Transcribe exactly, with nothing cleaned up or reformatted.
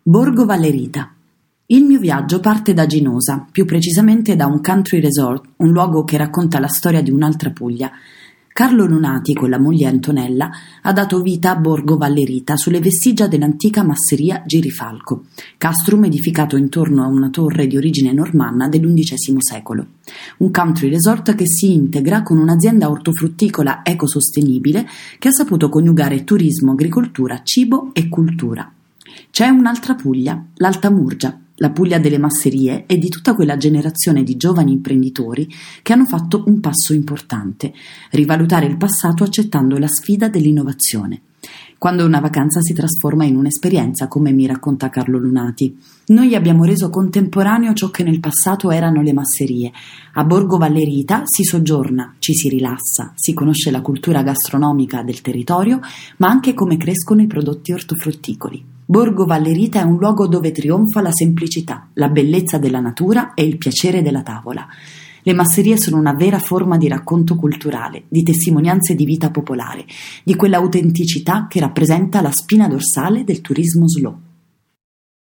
Borgo Vallerita. Il mio viaggio parte da Ginosa, più precisamente da un country resort, un luogo che racconta la storia di un'altra Puglia. Carlo Lunati, con la moglie Antonella, ha dato vita a Borgo Vallerita sulle vestigia dell'antica masseria Girifalco, castrum edificato intorno a una torre di origine normanna dell'undicesimo secolo. Un country resort che si integra con un'azienda ortofrutticola ecosostenibile che ha saputo coniugare turismo, agricoltura, cibo e cultura. C'è un'altra Puglia, l'Alta Murgia, la Puglia delle masserie e di tutta quella generazione di giovani imprenditori che hanno fatto un passo importante, rivalutare il passato accettando la sfida dell'innovazione. Quando una vacanza si trasforma in un'esperienza, come mi racconta Carlo Lunati. Noi abbiamo reso contemporaneo ciò che nel passato erano le masserie. A Borgo Vallerita si soggiorna, ci si rilassa, si conosce la cultura gastronomica del territorio, ma anche come crescono i prodotti ortofrutticoli. Borgo Vallerita è un luogo dove trionfa la semplicità, la bellezza della natura e il piacere della tavola. Le masserie sono una vera forma di racconto culturale, di testimonianze di vita popolare, di quella autenticità che rappresenta la spina dorsale del turismo slow.